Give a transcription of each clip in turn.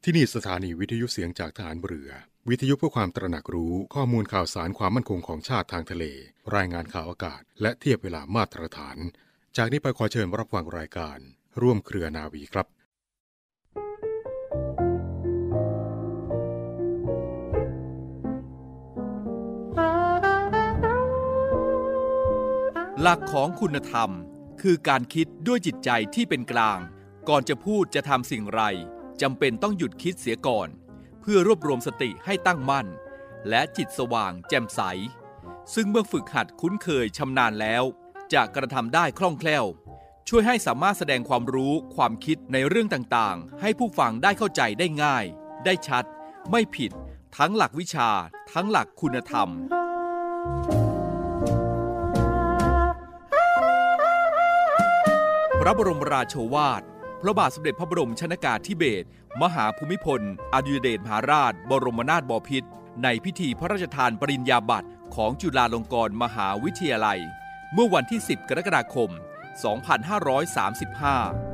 ที่นี่สถานีวิทยุเสียงจากทหารเรือวิทยุเพื่อความตระหนักรู้ข้อมูลข่าวสารความมั่นคงของชาติทางทะเลรายงานข่าวอากาศและเทียบเวลามาตรฐานจากนี้ไปขอเชิญรับฟังรายการร่วมเครือนาวีครับหลักของคุณธรรมคือการคิดด้วยจิตใจที่เป็นกลางก่อนจะพูดจะทำสิ่งไรจำเป็นต้องหยุดคิดเสียก่อนเพื่อรวบรวมสติให้ตั้งมั่นและจิตสว่างแจ่มใสซึ่งเมื่อฝึกหัดคุ้นเคยชำนาญแล้วจะกระทำได้คล่องแคล่วช่วยให้สามารถแสดงความรู้ความคิดในเรื่องต่างๆให้ผู้ฟังได้เข้าใจได้ง่ายได้ชัดไม่ผิดทั้งหลักวิชาทั้งหลักคุณธรรมพระบรมราโชวาทพระบาทสมเด็จพระบรมชนกาธิเบศรมหาภูมิพลอดุลยเดชมหาราชบรมนาถบพิตรในพิธีพระราชทานปริญญาบัตรของจุฬาลงกรณ์มหาวิทยาลัยเมื่อวันที่10 กรกฎาคม 2535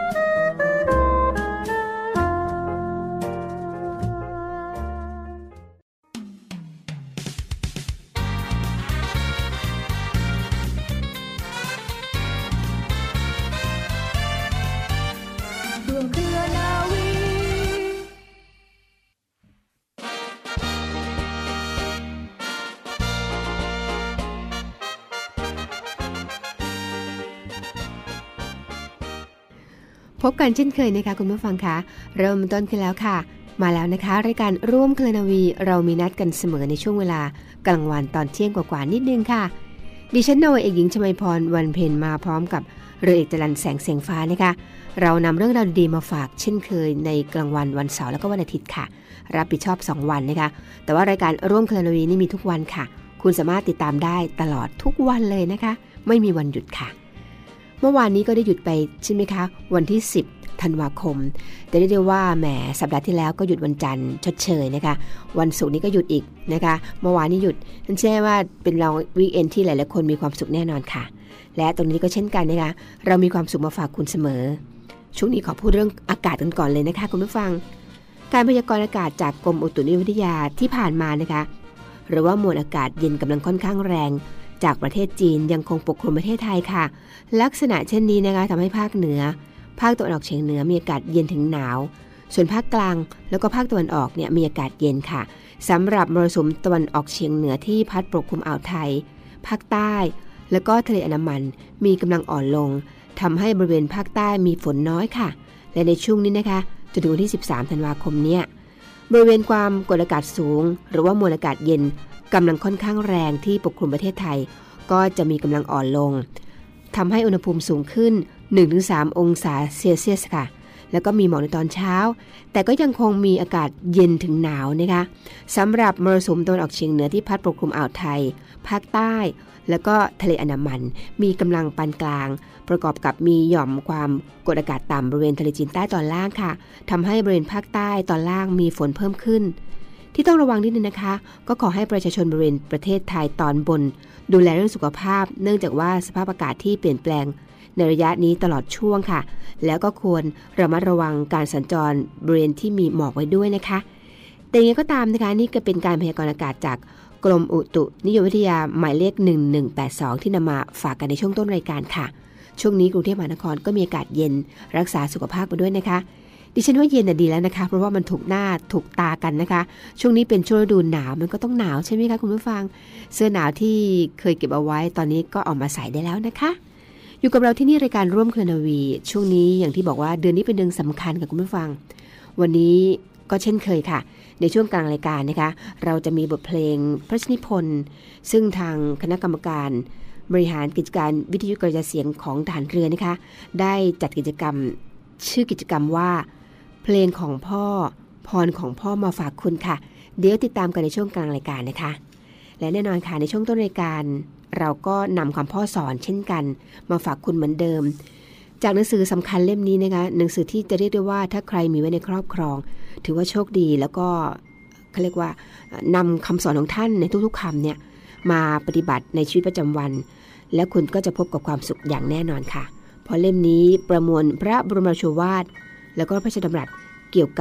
พบกันเช่นเคยนะคะคุณผู้ฟังคะเริ่มต้นขึ้นแล้วค่ะมาแล้วนะคะรายการร่วมเครือนาวีเรามีนัดกันเสมอในช่วงเวลากลางวันตอนเที่ยงกว่าๆนิดนึงค่ะดิฉันนาวาเอกหญิงชมัยพรวันเพ็ญมาพร้อมกับเรือเอกจรัญแสงเสียงฟ้านะคะเรานำเรื่องราวดีๆมาฝากเช่นเคยในกลางวันวันเสาร์แล้วก็วันอาทิตย์ค่ะรับผิดชอบ2วันนะคะแต่ว่ารายการร่วมเครือนาวีนี่มีทุกวันค่ะคุณสามารถติดตามได้ตลอดทุกวันเลยนะคะไม่มีวันหยุดค่ะเมื่อวานนี้ก็ได้หยุดไปใช่ไหมคะวันที่10ธันวาคมแต่เรียกได้ว่าแหมสัปดาห์ที่แล้วก็หยุดวันจันทร์ชดเชยนะคะวันศุกร์นี้ก็หยุดอีกนะคะเมื่อวานนี้หยุดนั่นแสดงว่าเป็นเราวีคเอนด์ที่หลายๆคนมีความสุขแน่นอนค่ะและตรงนี้ก็เช่นกันนะคะเรามีความสุขมาฝากคุณเสมอช่วงนี้ขอพูดเรื่องอากาศกันก่อนเลยนะคะคุณผู้ฟังการพยากรณ์อากาศจากกรมอุตุนิยมวิทยาที่ผ่านมานะคะหรือว่ามวลอากาศเย็นกำลังค่อนข้างแรงจากประเทศจีนยังคงปกคลุมประเทศไทยค่ะลักษณะเช่นนี้นะคะทำให้ภาคเหนือภาคตะวันออกเฉียงเหนือมีอากาศเย็นถึงหนาวส่วนภาคกลางแล้วก็ภาคตะวันออกเนี่ยมีอากาศเย็นค่ะสำหรับมรสุมตะวันออกเฉียงเหนือที่พัดปกคลุมอ่าวไทยภาคใต้แล้วก็ทะเลอันดามันมีกำลังอ่อนลงทำให้บริเวณภาคใต้มีฝนน้อยค่ะและในช่วงนี้นะคะจนถึงวันที่13ธันวาคมเนี่ยบริเวณความกดอากาศสูงหรือว่ามวลอากาศเย็นกำลังค่อนข้างแรงที่ปกคลุมประเทศไทยก็จะมีกำลังอ่อนลงทำให้อุณหภูมิสูงขึ้น 1-3 องศาเซลเซียสค่ะแล้วก็มีหมอกในตอนเช้าแต่ก็ยังคงมีอากาศเย็นถึงหนาวนะคะสำหรับมรสุมตะวันออกเฉียงเหนือที่พัดปกคลุมอ่าวไทยภาคใต้แล้วก็ทะเลอันดามันมีกำลังปานกลางประกอบกับมีหย่อมความกดอากาศต่ำบริเวณทะเลจีนใต้ตอนล่างค่ะทำให้บริเวณภาคใต้ตอนล่างมีฝนเพิ่มขึ้นที่ต้องระวังนิดนึงนะคะก็ขอให้ประชาชนบริเวณประเทศไทยตอนบนดูแลเรื่องสุขภาพเนื่องจากว่าสภาพอากาศที่เปลี่ยนแปลงในระยะนี้ตลอดช่วงค่ะแล้วก็ควรระมัดระวังการสัญจรบริเวณที่มีหมอกไว้ด้วยนะคะแต่ยังไงก็ตามนะคะนี่ก็เป็นการพยากรณ์อากาศจากกรมอุตุนิยมวิทยาหมายเลข1182ที่นำมาฝากกันในช่วงต้นรายการค่ะช่วงนี้กรุงเทพมหานครก็มีอากาศเย็นรักษาสุขภาพไปด้วยนะคะดิฉันว่าเย็นดีแล้วนะคะเพราะว่ามันถูกหน้าถูกตากันนะคะช่วงนี้เป็นช่วงฤดูหนาวมันก็ต้องหนาวใช่ไหมคะคุณผู้ฟังเสื้อหนาวที่เคยเก็บเอาไว้ตอนนี้ก็ออกมาใส่ได้แล้วนะคะอยู่กับเราที่นี่รายการร่วมเครือนาวีช่วงนี้อย่างที่บอกว่าเดือนนี้เป็นเดือนสำคัญกับคุณผู้ฟังวันนี้ก็เช่นเคยค่ะในช่วงกลางรายการนะคะเราจะมีบทเพลงพระราชนิพนธ์ซึ่งทางคณะกรรมการบริหารกิจการวิทยุกระจายเสียงของทหารเรือนะคะได้จัดกิจกรรมชื่อกิจกรรมว่าเพลงของพ่อพรของพ่อมาฝากคุณค่ะเดี๋ยวติดตามกันในช่วงกลางรายการนะคะและแน่นอนค่ะในช่วงต้นรายการเราก็นำคำพ่อสอนเช่นกันมาฝากคุณเหมือนเดิมจากหนังสือสำคัญเล่มนี้นะคะหนังสือที่จะเรียกได้ว่าถ้าใครมีไว้ในครอบครองถือว่าโชคดีแล้วก็เขาเรียกว่านำคำสอนของท่านในทุกๆคำเนี่ยมาปฏิบัติในชีวิตประจำวันและคุณก็จะพบกับความสุขอย่างแน่นอนค่ะเพราะเล่มนี้ประมวลพระบรมราโชวาทแล้วก็พระราชดำรัสเกี่ยวกับ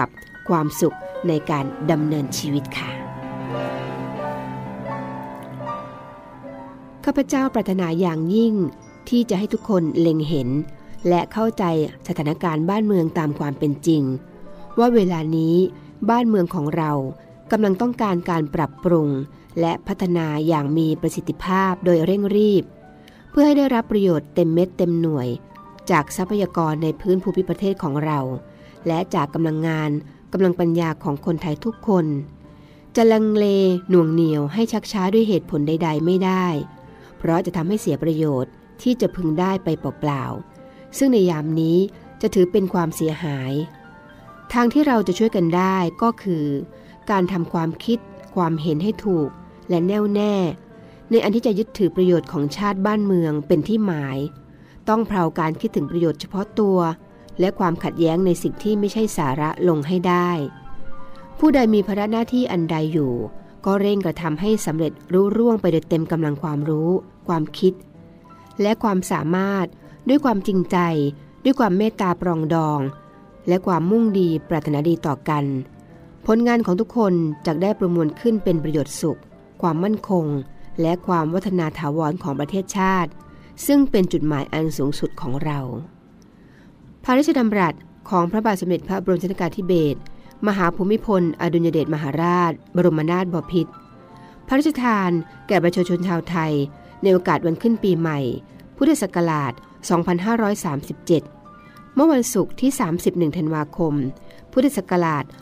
ความสุขในการดำเนินชีวิตค่ะข้าพเจ้าปรารถนาอย่างยิ่งที่จะให้ทุกคนเล็งเห็นและเข้าใจสถานการณ์บ้านเมืองตามความเป็นจริงว่าเวลานี้บ้านเมืองของเรากำลังต้องการการปรับปรุงและพัฒนาอย่างมีประสิทธิภาพโดยเร่งรีบเพื่อให้ได้รับประโยชน์เต็มเม็ดเต็มหน่วยจากทรัพยากรในพื้นภูมิประเทศของเราและจากกำลังงานกำลังปัญญาของคนไทยทุกคนจะลังเลหน่วงเหนี่ยวให้ชักช้าด้วยเหตุผลใดๆไม่ได้เพราะจะทำให้เสียประโยชน์ที่จะพึงได้ไปเปล่าๆซึ่งในยามนี้จะถือเป็นความเสียหายทางที่เราจะช่วยกันได้ก็คือการทำความคิดความเห็นให้ถูกและแน่วแน่ในอันที่จะยึดถือประโยชน์ของชาติบ้านเมืองเป็นที่หมายต้องเพลาการคิดถึงประโยชน์เฉพาะตัวและความขัดแย้งในสิ่งที่ไม่ใช่สาระลงให้ได้ผู้ใดมีภาระหน้าที่อันใดอยู่ก็เร่งกระทำให้สำเร็จรุ่ร่วงไปโดยเต็มกำลังความรู้ความคิดและความสามารถด้วยความจริงใจด้วยความเมตตาปรองดองและความมุ่งดีปรารถนาดีต่อกันผลงานของทุกคนจะได้ประมวลขึ้นเป็นประโยชน์สุขความมั่นคงและความวัฒนาถาวรของประเทศชาติซึ่งเป็นจุดหมายอันสูงสุดของเราพระราชดำรัสของพระบาทสมเด็จพระบรมชนกาธิเบศรมหาภูมิพลอดุลยเดชมหาราชบรมนาถบพิตรพระราชทานแก่ประชาชนชาวไทยในโอกาสวันขึ้นปีใหม่พุทธศักราช 2537 เมื่อวันศุกร์ที่ 31 ธันวาคม พุทธศักราช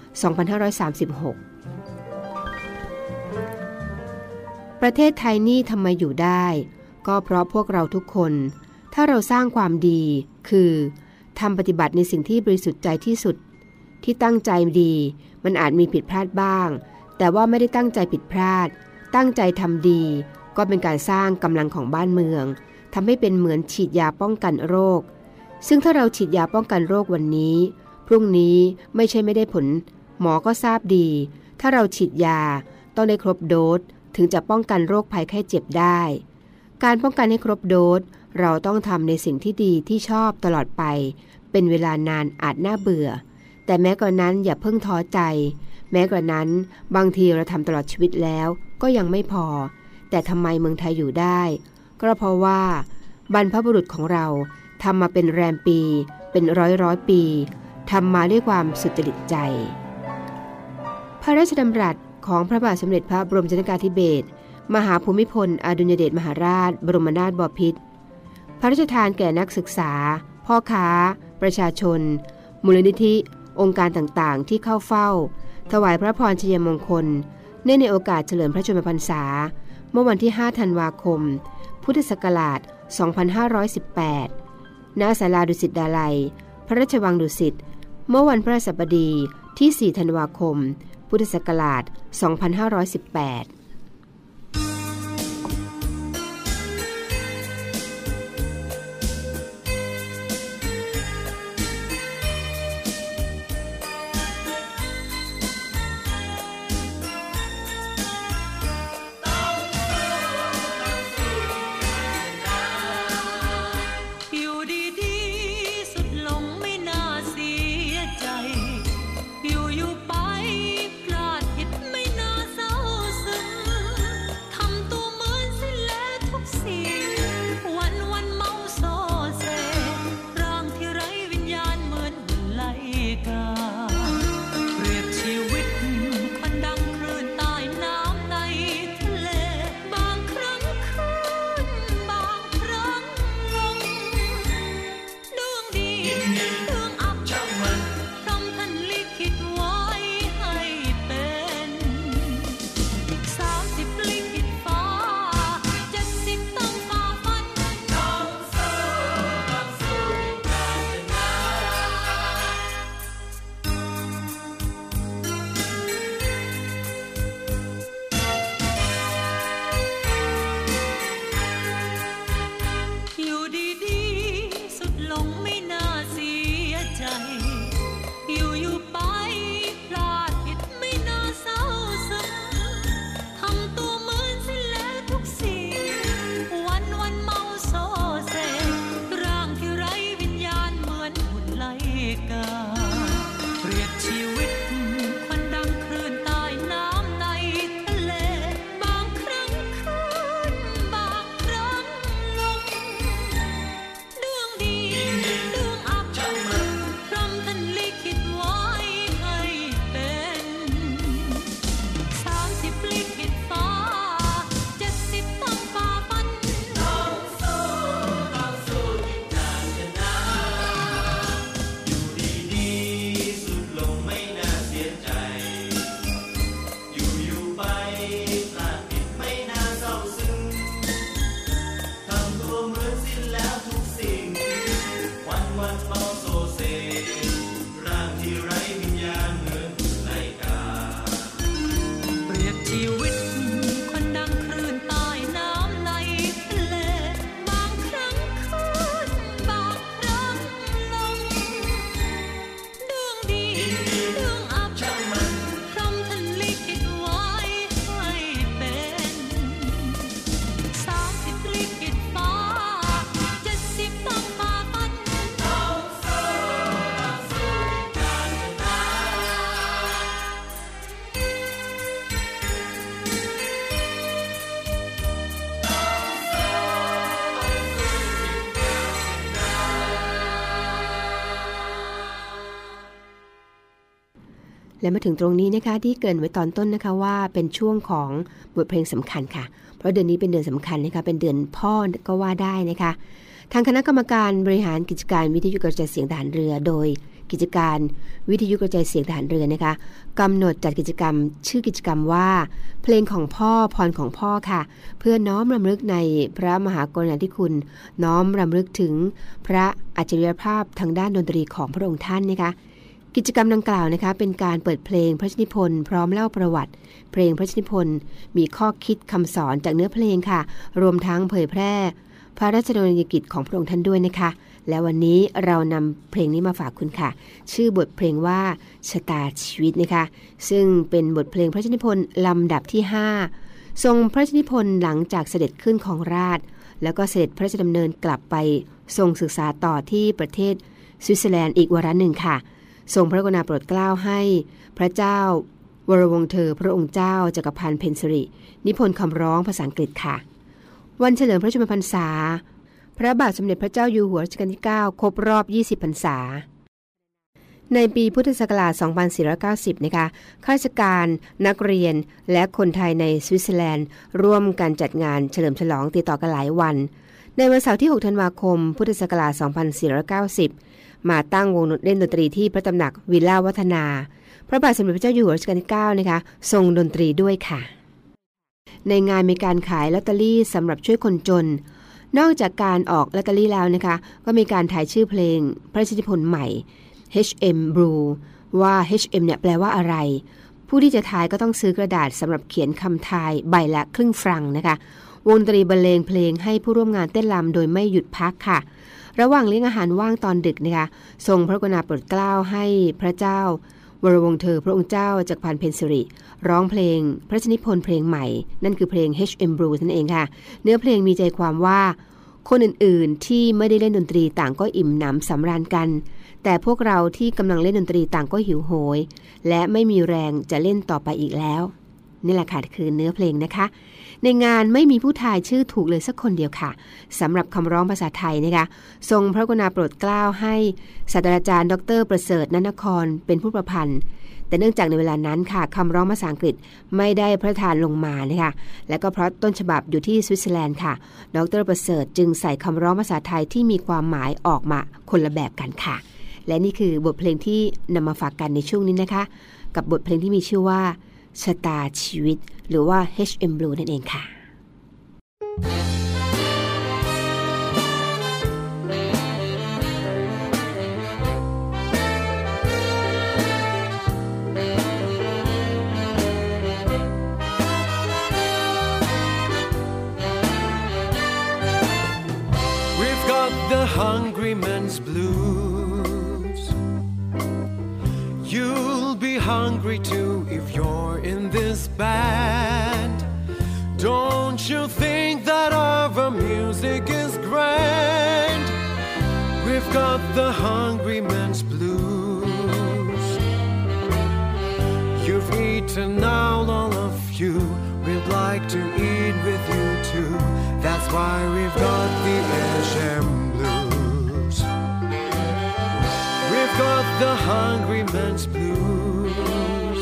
2536 ประเทศไทยนี่ทำไมอยู่ได้ก็เพราะพวกเราทุกคนถ้าเราสร้างความดีคือทำปฏิบัติในสิ่งที่บริสุทธิ์ใจที่สุดที่ตั้งใจดีมันอาจมีผิดพลาดบ้างแต่ว่าไม่ได้ตั้งใจผิดพลาดตั้งใจทำดีก็เป็นการสร้างกำลังของบ้านเมืองทำให้เป็นเหมือนฉีดยาป้องกันโรคซึ่งถ้าเราฉีดยาป้องกันโรควันนี้พรุ่งนี้ไม่ใช่ไม่ได้ผลหมอก็ทราบดีถ้าเราฉีดยาต้องได้ครบโดสถึงจะป้องกันโรคภัยไข้เจ็บได้การป้องกันให้ครบโดสเราต้องทำในสิ่งที่ดีที่ชอบตลอดไปเป็นเวลานานอาจน่าเบื่อแต่แม้กว่านั้นอย่าเพิ่งท้อใจแม้กว่านั้นบางทีเราทำตลอดชีวิตแล้วก็ยังไม่พอแต่ทำไมเมืองไทยอยู่ได้ก็เพราะว่าบรรพบุรุษของเราทำมาเป็นแรมปีเป็นร้อยปีทำมาด้วยความสุจริตใจพระราชดำรัสของพระบาทสมเด็จพระบรมชนกาธิเบศรมหาภูมิพลอดุลยเดชมหาราชบรมนาถบพิตรพระราชทานแก่นักศึกษาพ่อค้าประชาชนมูลนิธิองค์การต่างๆที่เข้าเฝ้าถวายพระพรชัยมงคลเนื่องในโอกาสเฉลิมพระชนมพรรษาเมื่อวันที่ 5 ธันวาคม พุทธศักราช 2518 ณ ศาลาดุสิตดาลัย พระราชวังดุสิต เมื่อวันพฤหัสบดีที่ 4 ธันวาคม พุทธศักราช 2518 และมาถึงตรงนี้นะคะที่เกริ่นไว้ตอนต้นนะคะว่าเป็นช่วงของบทเพลงสำคัญค่ะเพราะเดือนนี้เป็นเดือนสำคัญนะคะเป็นเดือนพ่อก็ว่าได้นะคะทางคณะกรรมการบริหารกิจการวิทยุกระจายเสียงทหารเรือโดยกิจการวิทยุกระจายเสียงทหารเรือนะคะกำหนดจัดกิจกรรมชื่อกิจกรรมว่าเพลงของพ่อพรของพ่อค่ะเพื่อน้อมรำลึกในพระมหากรุณาธิคุณน้อมรำลึกถึงพระอัจฉริยภาพทางด้านดนตรีของพระองค์ท่านนะคะกิจกรรมดังกล่าวนะคะเป็นการเปิดเพลงพระราชนิพนธ์พร้อมเล่าประวัติเพลงพระราชนิพนธ์มีข้อคิดคำสอนจากเนื้อเพลงค่ะรวมทั้งเผยแพร่พระราชดำเนินกิจของพระองค์ท่านด้วยนะคะและวันนี้เรานำเพลงนี้มาฝากคุณค่ะชื่อบทเพลงว่าชะตาชีวิตนะคะซึ่งเป็นบทเพลงพระราชนิพนธ์ลำดับที่5ทรงพระราชนิพนธ์หลังจากเสด็จขึ้นของราชแล้วก็เสด็จพระราชดำเนินกลับไปทรงศึกษาต่อที่ประเทศสวิตเซอร์แลนด์อีกวาระหนึ่งค่ะทรงพระกรุณาโปรดเกล้าให้พระเจ้าวรวงศ์เธอพระองค์เจ้าจักรพันธ์เพนสิรินิพนธ์คำร้องภาษาอังกฤษค่ะวันเฉลิมพระชนมพรรษาพระบาทสมเด็จพระเจ้าอยู่หัวรัชกาลที่9ครบรอบ20พรรษาในปีพุทธศักราช2490นะคะข้าราชการนักเรียนและคนไทยในสวิตเซอร์แลนด์ร่วมกันจัดงานเฉลิมฉลองติดต่อกันหลายวันในวันเสาร์ที่6ธันวาคมพุทธศักราช2490มาตั้งวงเล่นดนตรีที่พระตำหนักวิลล่าวัฒนาพระบาทสมเด็จพระเจ้าอยู่หัวรัชกาลที่9นะคะทรงดนตรีด้วยค่ะในงานมีการขายลอตเตอรี่สำหรับช่วยคนจนนอกจากการออกลอตเตอรี่แล้วนะคะก็มีการถ่ายชื่อเพลงพระราชนิพนธ์ใหม่ HM Blue ว่า HM เนี่ยแปลว่าอะไรผู้ที่จะทายก็ต้องซื้อกระดาษสำหรับเขียนคำทายใบละครึ่งฟรังนะคะวงดนตรีบรรเลงเพลงให้ผู้ร่วมงานเต้นรำโดยไม่หยุดพักค่ะระหว่างเลี้ยงอาหารว่างตอนดึกนะคะทรงพระกรุณาโปรดเกล้าให้พระเจ้าวรวงศ์เธอพระองค์เจ้าจักรพันธ์เพนสิริร้องเพลงพระราชนิพนธ์เพลงใหม่นั่นคือเพลง HM Blue นั่นเองค่ะเนื้อเพลงมีใจความว่าคนอื่นๆที่ไม่ได้เล่นดนตรีต่างก็อิ่มหนำสำราญกันแต่พวกเราที่กำลังเล่นดนตรีต่างก็หิวโหยและไม่มีแรงจะเล่นต่อไปอีกแล้วนี่แหละค่ะคือเนื้อเพลงนะคะในงานไม่มีผู้ทายชื่อถูกเลยสักคนเดียวค่ะสำหรับคำร้องภาษาไทยนะคะทรงพระกรุณาโปรดเกล้าให้ศาสตราจารย์ดร.ประเสริฐณัฐนครเป็นผู้ประพันธ์แต่เนื่องจากในเวลานั้นค่ะคำร้องภาษาอังกฤษไม่ได้พระราชทานลงมานะคะและก็เพราะต้นฉบับอยู่ที่สวิตเซอร์แลนด์ค่ะดร.ประเสริฐจึงใส่คำร้องภาษาไทยที่มีความหมายออกมาคนละแบบกันค่ะและนี่คือบทเพลงที่นำมาฝากกันในช่วงนี้นะคะกับบทเพลงที่มีชื่อว่าชะตาชีวิตหรือว่า HM Blue นั่นเองค่ะ The hungry man's blues. You'll be hungry too if you're in this band. Don't you think that our music is grand? We've got the hungry man's blues. You've eaten now, all of you. We'd like to eat with you too. That's why we've got the HM Blues. We've got the hungry man's blues.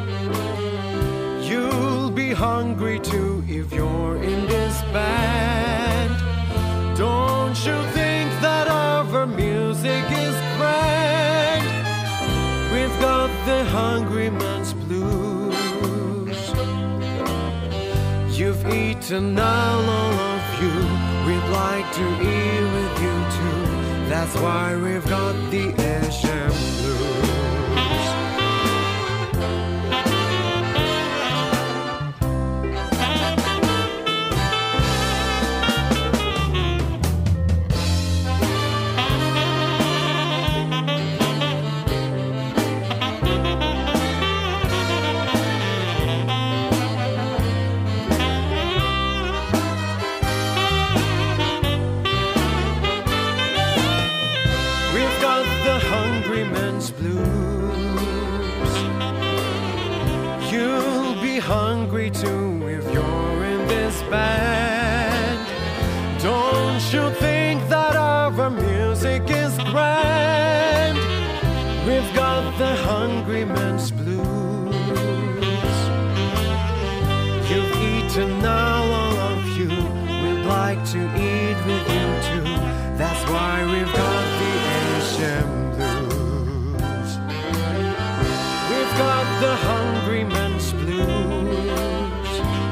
You'll be hungry too if you're in this band. Don't you think that our music is grand? We've got the hungry man's blues. You've eaten now, all of you. We'd like to eat with you too. That's why we've got the HM Blues. Hungry too if you're in this band. Don't you think that our music is grand? We've got the hungry man's blues. eaten now, all of you would like to eat with you too. That's why we've got the Asian blues. We've got the hungry man's blues.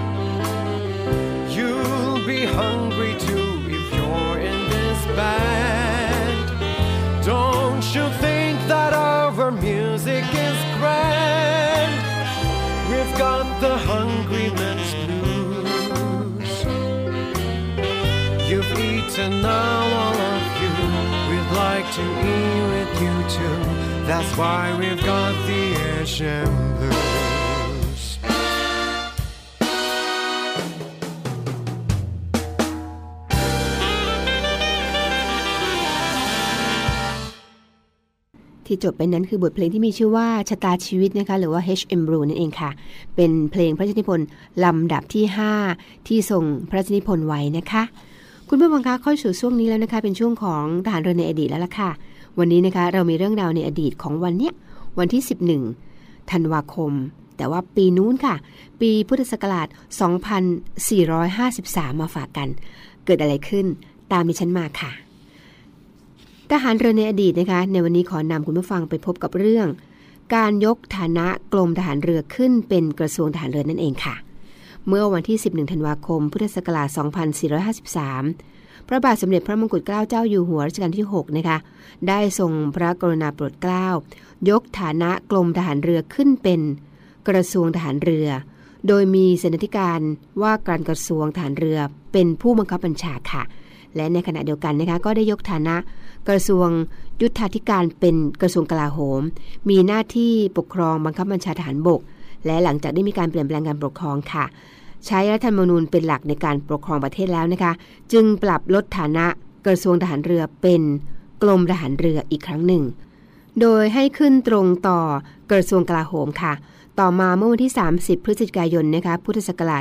You'll be hungry too if you're in this band. Don't you think that our music is grand? We've got the hungry man's blues. You've eaten now, all of you. We'd like to eat with you too. That's why we've got the Asian blues. ที่จบไปนั้นคือบทเพลงที่มีชื่อว่าชะตาชีวิตนะคะหรือว่า H.M. Blue นั่นเองค่ะเป็นเพลงพระราชนิพนธ์ลำดับที่5ที่ทรงพระราชนิพนธ์ไว้นะคะคุณผู้ฟังคะเข้าสู่ช่วงนี้แล้วนะคะเป็นช่วงของทหารเรือในอดีตแล้วล่ะค่ะวันนี้นะคะเรามีเรื่องราวในอดีตของวันเนี้ยวันที่11ธันวาคมแต่ว่าปีนู้นค่ะปีพุทธศักราช2453มาฝากกันเกิดอะไรขึ้นตามดิฉันมาค่ะทหารเรือในอดีตนะคะในวันนี้ขอนำคุณผู้ฟังไปพบกับเรื่องการยกฐานะกรมทหารเรือขึ้นเป็นกระทรวงทหารเรือนั่นเองค่ะเมื่อวันที่11ธันวาคมพุทธศักราช2453พระบาทสมเด็จพระมงกุฎเกล้าเจ้าอยู่หัวรัชกาลที่6นะคะได้ทรงพระกรุณาโปรดเกล้ายกฐานะกรมทหารเรือขึ้นเป็นกระทรวงทหารเรือโดยมีเสนาธิการว่าการกระทรวงทหารเรือเป็นผู้บังคับบัญชาค่ะและในขณะเดียวกันนะคะก็ได้ยกฐานะกระทรวงยุทธาธิการเป็นกระทรวงกลาโหมมีหน้าที่ปกครองบังคับบัญชาทหารบกและหลังจากได้มีการเปลี่ยนแปลงการปกครองค่ะใช้รัฐธรรมนูญเป็นหลักในการปกครองประเทศแล้วนะคะจึงปรับลดฐานะกระทรวงทหารเรือเป็นกรมทหารเรืออีกครั้งหนึ่งโดยให้ขึ้นตรงต่อกระทรวงกลาโหมค่ะต่อมาเมื่อวันที่30พฤศจิกายนนะคะพุทธศักราช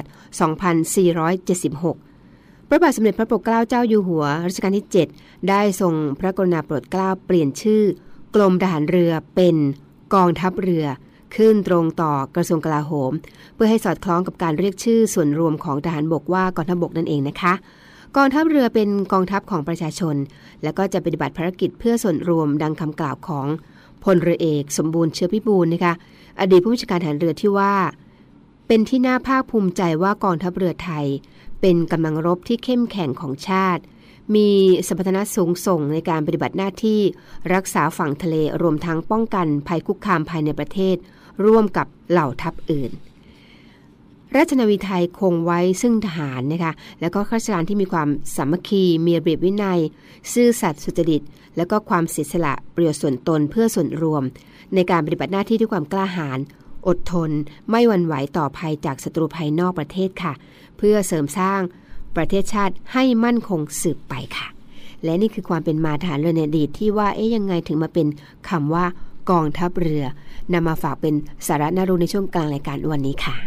2476พระบาทสมเด็จพระปกเกล้าเจ้าอยู่หัวรัชกาลที่7ได้ทรงพระกรุณาโปรดเกล้าเปลี่ยนชื่อกรมทหารเรือเป็นกองทัพเรือขึ้นตรงต่อกระทรวงกลาโหมเพื่อให้สอดคล้องกับการเรียกชื่อส่วนรวมของทหารบกว่ากองทัพบกนั่นเองนะคะกองทัพเรือเป็นกองทัพของประชาชนและก็จะปฏิบัติภารกิจเพื่อส่วนรวมดังคำกล่าวของพลเรือเอกสมบูรณ์เชื้อพิบูลนะคะอดีตผู้บัญชาการทหารเรือที่ว่าเป็นที่น่าภาคภูมิใจว่ากองทัพเรือไทยเป็นกำลังรบที่เข้มแข็งของชาติมีสมรรถนะสูงส่งในการปฏิบัติหน้าที่รักษาฝั่งทะเลรวมทั้งป้องกันภัยคุกคามภายในประเทศร่วมกับเหล่าทัพอื่นราชนาวีไทยคงไว้ซึ่งทหารนะคะแล้วก็ข้าราชการที่มีความสามัคคีมีระเบียบวินัยซื่อสัตย์สุจริตแล้วก็ความเสียสละประโยชน์ส่วนตนเพื่อส่วนรวมในการปฏิบัติหน้าที่ด้วยความกล้าหาญอดทนไม่หวั่นไหวต่อภัยจากศัตรูภายนอกประเทศค่ะเพื่อเสริมสร้างประเทศชาติให้มั่นคงสืบไปค่ะและนี่คือความเป็นมาทหารเรือในอดีตที่ว่ายังไงถึงมาเป็นคำว่ากองทัพเรือนำมาฝากเป็นสาระน่ารู้ในช่วงกลางรายการวันนี้ค่ะ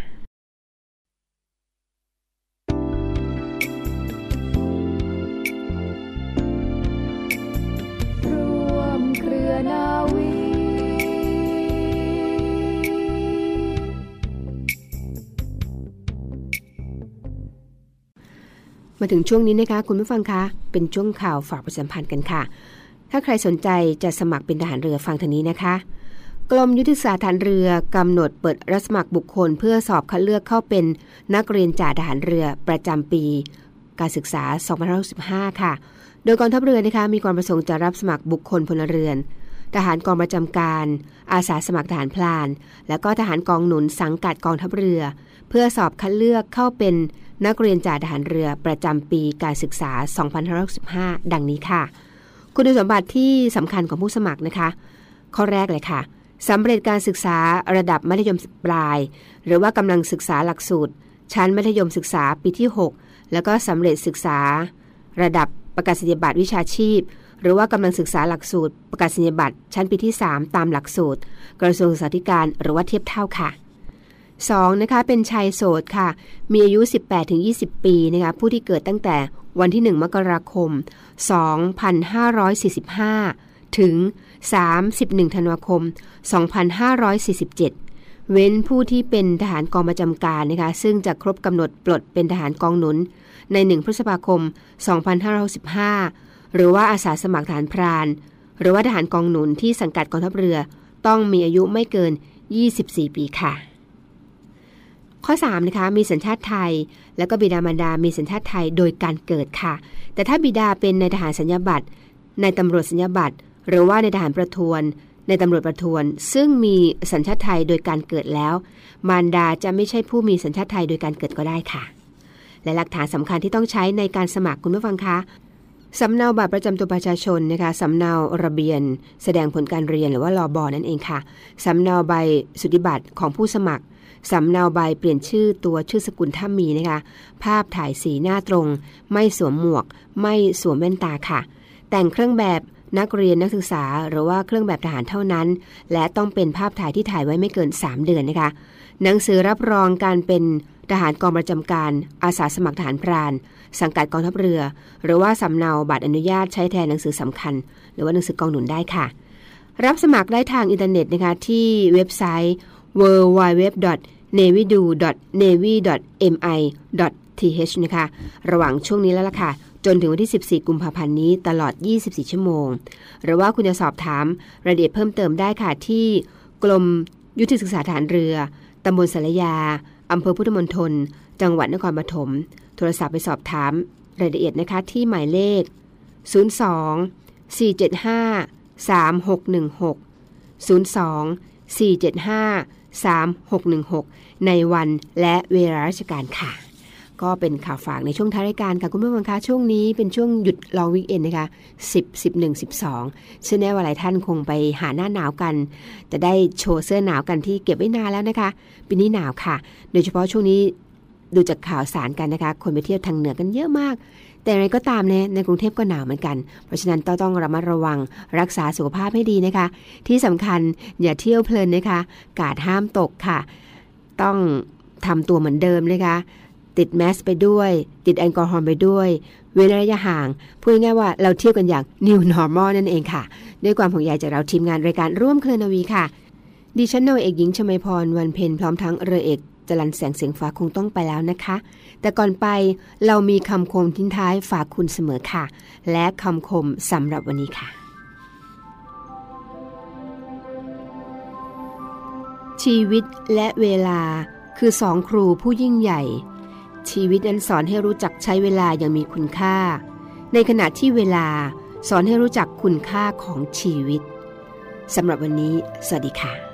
ร่วมเครือนาวีมาถึงช่วงนี้นะคะคุณผู้ฟังคะเป็นช่วงข่าวฝากประชาสัมพันธ์กันค่ะถ้าใครสนใจจะสมัครเป็นทหารเรือฟังทางนี้นะคะกรมยุทธศาสตร์ทหารเรือกำหนดเปิดรับสมัครบุคคลเพื่อสอบคัดเลือกเข้าเป็นนักเรียนจ่าทหารเรือประจำปีการศึกษา2565ค่ะโดยกองทัพเรือนะคะมีความประสงค์จะรับสมัครบุคคลพลเรือนทหารกองประจำการอาสาสมัครทหารพลานและก็ทหารกองหนุนสังกัดกองทัพเรือเพื่อสอบคัดเลือกเข้าเป็นนักเรียนจ่าทหารเรือประจำปีการศึกษา2565ดังนี้ค่ะคุณสมบัติที่สำคัญของผู้สมัครนะคะข้อแรกเลยค่ะสำเร็จการศึกษาระดับมัธยมปลายหรือว่ากำลังศึกษาหลักสูตรชั้นมัธยมศึกษาปีที่6แล้วก็สำเร็จศึกษาระดับประกาศนียบัตรวิชาชีพหรือว่ากำลังศึกษาหลักสูตรประกาศนียบัตรชั้นปีที่3ตามหลักสูตรกระทรวงศึกษาธิการหรือว่าเทียบเท่าค่ะ2นะคะเป็นชายโสดค่ะมีอายุ 18-20 ปีนะคะผู้ที่เกิดตั้งแต่วันที่1มกราคม2545ถึง31ธันวาคม2547 เว้นผู้ที่เป็นทหารกองประจำการนะคะซึ่งจะครบกำหนดปลดเป็นทหารกองหนุนใน1พฤษภาคม2565หรือว่าอาสาสมัครทหารพรานหรือว่าทหารกองหนุนที่สังกัดกองทัพเรือต้องมีอายุไม่เกิน24ปีค่ะข้อ3นะคะมีสัญชาติไทยแล้วก็บิดามารดามีสัญชาติไทยโดยการเกิดค่ะแต่ถ้าบิดาเป็นนายทหารสัญญาบัตรนายตำรวจสัญญาบัตรหรือว่าในทหารประทวนในตำรวจประทวนซึ่งมีสัญชาติไทยโดยการเกิดแล้วมารดาจะไม่ใช่ผู้มีสัญชาติไทยโดยการเกิดก็ได้ค่ะและหลักฐานสำคัญที่ต้องใช้ในการสมัครคุณผู้ฟังคะสำเนาบัตรประจำตัวประชาชนนะคะสำเนาระเบียนแสดงผลการเรียนหรือว่าลบ.นั่นเองค่ะสำเนาใบสุทธิบัตรของผู้สมัครสำเนาใบเปลี่ยนชื่อตัวชื่อสกุลถ้ามีนะคะภาพถ่ายสีหน้าตรงไม่สวมหมวกไม่สวมแว่นตาค่ะแต่งเครื่องแบบนักเรียนนักศึกษาหรือว่าเครื่องแบบทหารเท่านั้นและต้องเป็นภาพถ่ายที่ถ่ายไว้ไม่เกิน3เดือนนะคะหนังสือรับรองการเป็นทหารกองประจำการอาสาสมัครทหารพรานสังกัดกองทัพเรือหรือว่าสำเนาบัตรอนุญาตใช้แทนหนังสือสำคัญหรือว่าหนังสือกองหนุนได้ค่ะรับสมัครได้ทางอินเทอร์เน็ตนะคะที่เว็บไซต์ www.navy.mi.th นะคะระหว่างช่วงนี้แล้วล่ะค่ะจนถึงวันที่14กุมภาพันธ์นี้ตลอด24ชั่วโมงหรือว่าคุณจะสอบถามรายละเอียดเพิ่มเติมได้ค่ะที่กรมยุทธศึกษาทหารเรือตำบลสารยาอำเภอพุทธมณฑลจังหวัดนครปฐมโทรศัพท์ไปสอบถามรายละเอียดนะคะที่หมายเลข02 475 3616 02-475-3616 ในวันและเวลาราชการค่ะก็เป็นข่าวฝากในช่วงท้ายรายการค่ะคุณผู้ฟังคะช่วงนี้เป็นช่วงหยุดลองวีคเอนด์นะคะ10 11 12ซึ่งแน่ว่าหลายท่านคงไปหาหน้าหนาวกันจะได้โชว์เสื้อหนาวกันที่เก็บไว้นานแล้วนะคะปีนี้หนาวค่ะโดยเฉพาะช่วงนี้ดูจากข่าวสารกันนะคะคนไปเที่ยวทางเหนือกันเยอะมากแต่อะไรก็ตามในกรุงเทพก็หนาวเหมือนกันเพราะฉะนั้นต้องระมัดระวังรักษาสุขภาพให้ดีนะคะที่สำคัญอย่าเที่ยวเพลินนะคะกาดห้ามตกค่ะต้องทำตัวเหมือนเดิมนะคะติดแมสไปด้วยติดแอลกอฮอล์ไปด้วยเว้นระยะห่างพูดง่ายๆว่าเราเที่ยวกันอย่าง New Normal นั่นเองค่ะด้วยความห่วงใยจากเราทีมงานรายการร่วมเครือนาวีค่ะดิฉันนาวาเอกหญิงชมาพรวันเพ็ญพร้อมทั้งเรือเอกจรัญแสงเสียงฟ้าคงต้องไปแล้วนะคะแต่ก่อนไปเรามีคำคมทิ้งท้ายฝากคุณเสมอค่ะและคำคมสำหรับวันนี้ค่ะชีวิตและเวลาคือสองครูผู้ยิ่งใหญ่ชีวิตนั้นสอนให้รู้จักใช้เวลาอย่างมีคุณค่าในขณะที่เวลาสอนให้รู้จักคุณค่าของชีวิตสำหรับวันนี้สวัสดีค่ะ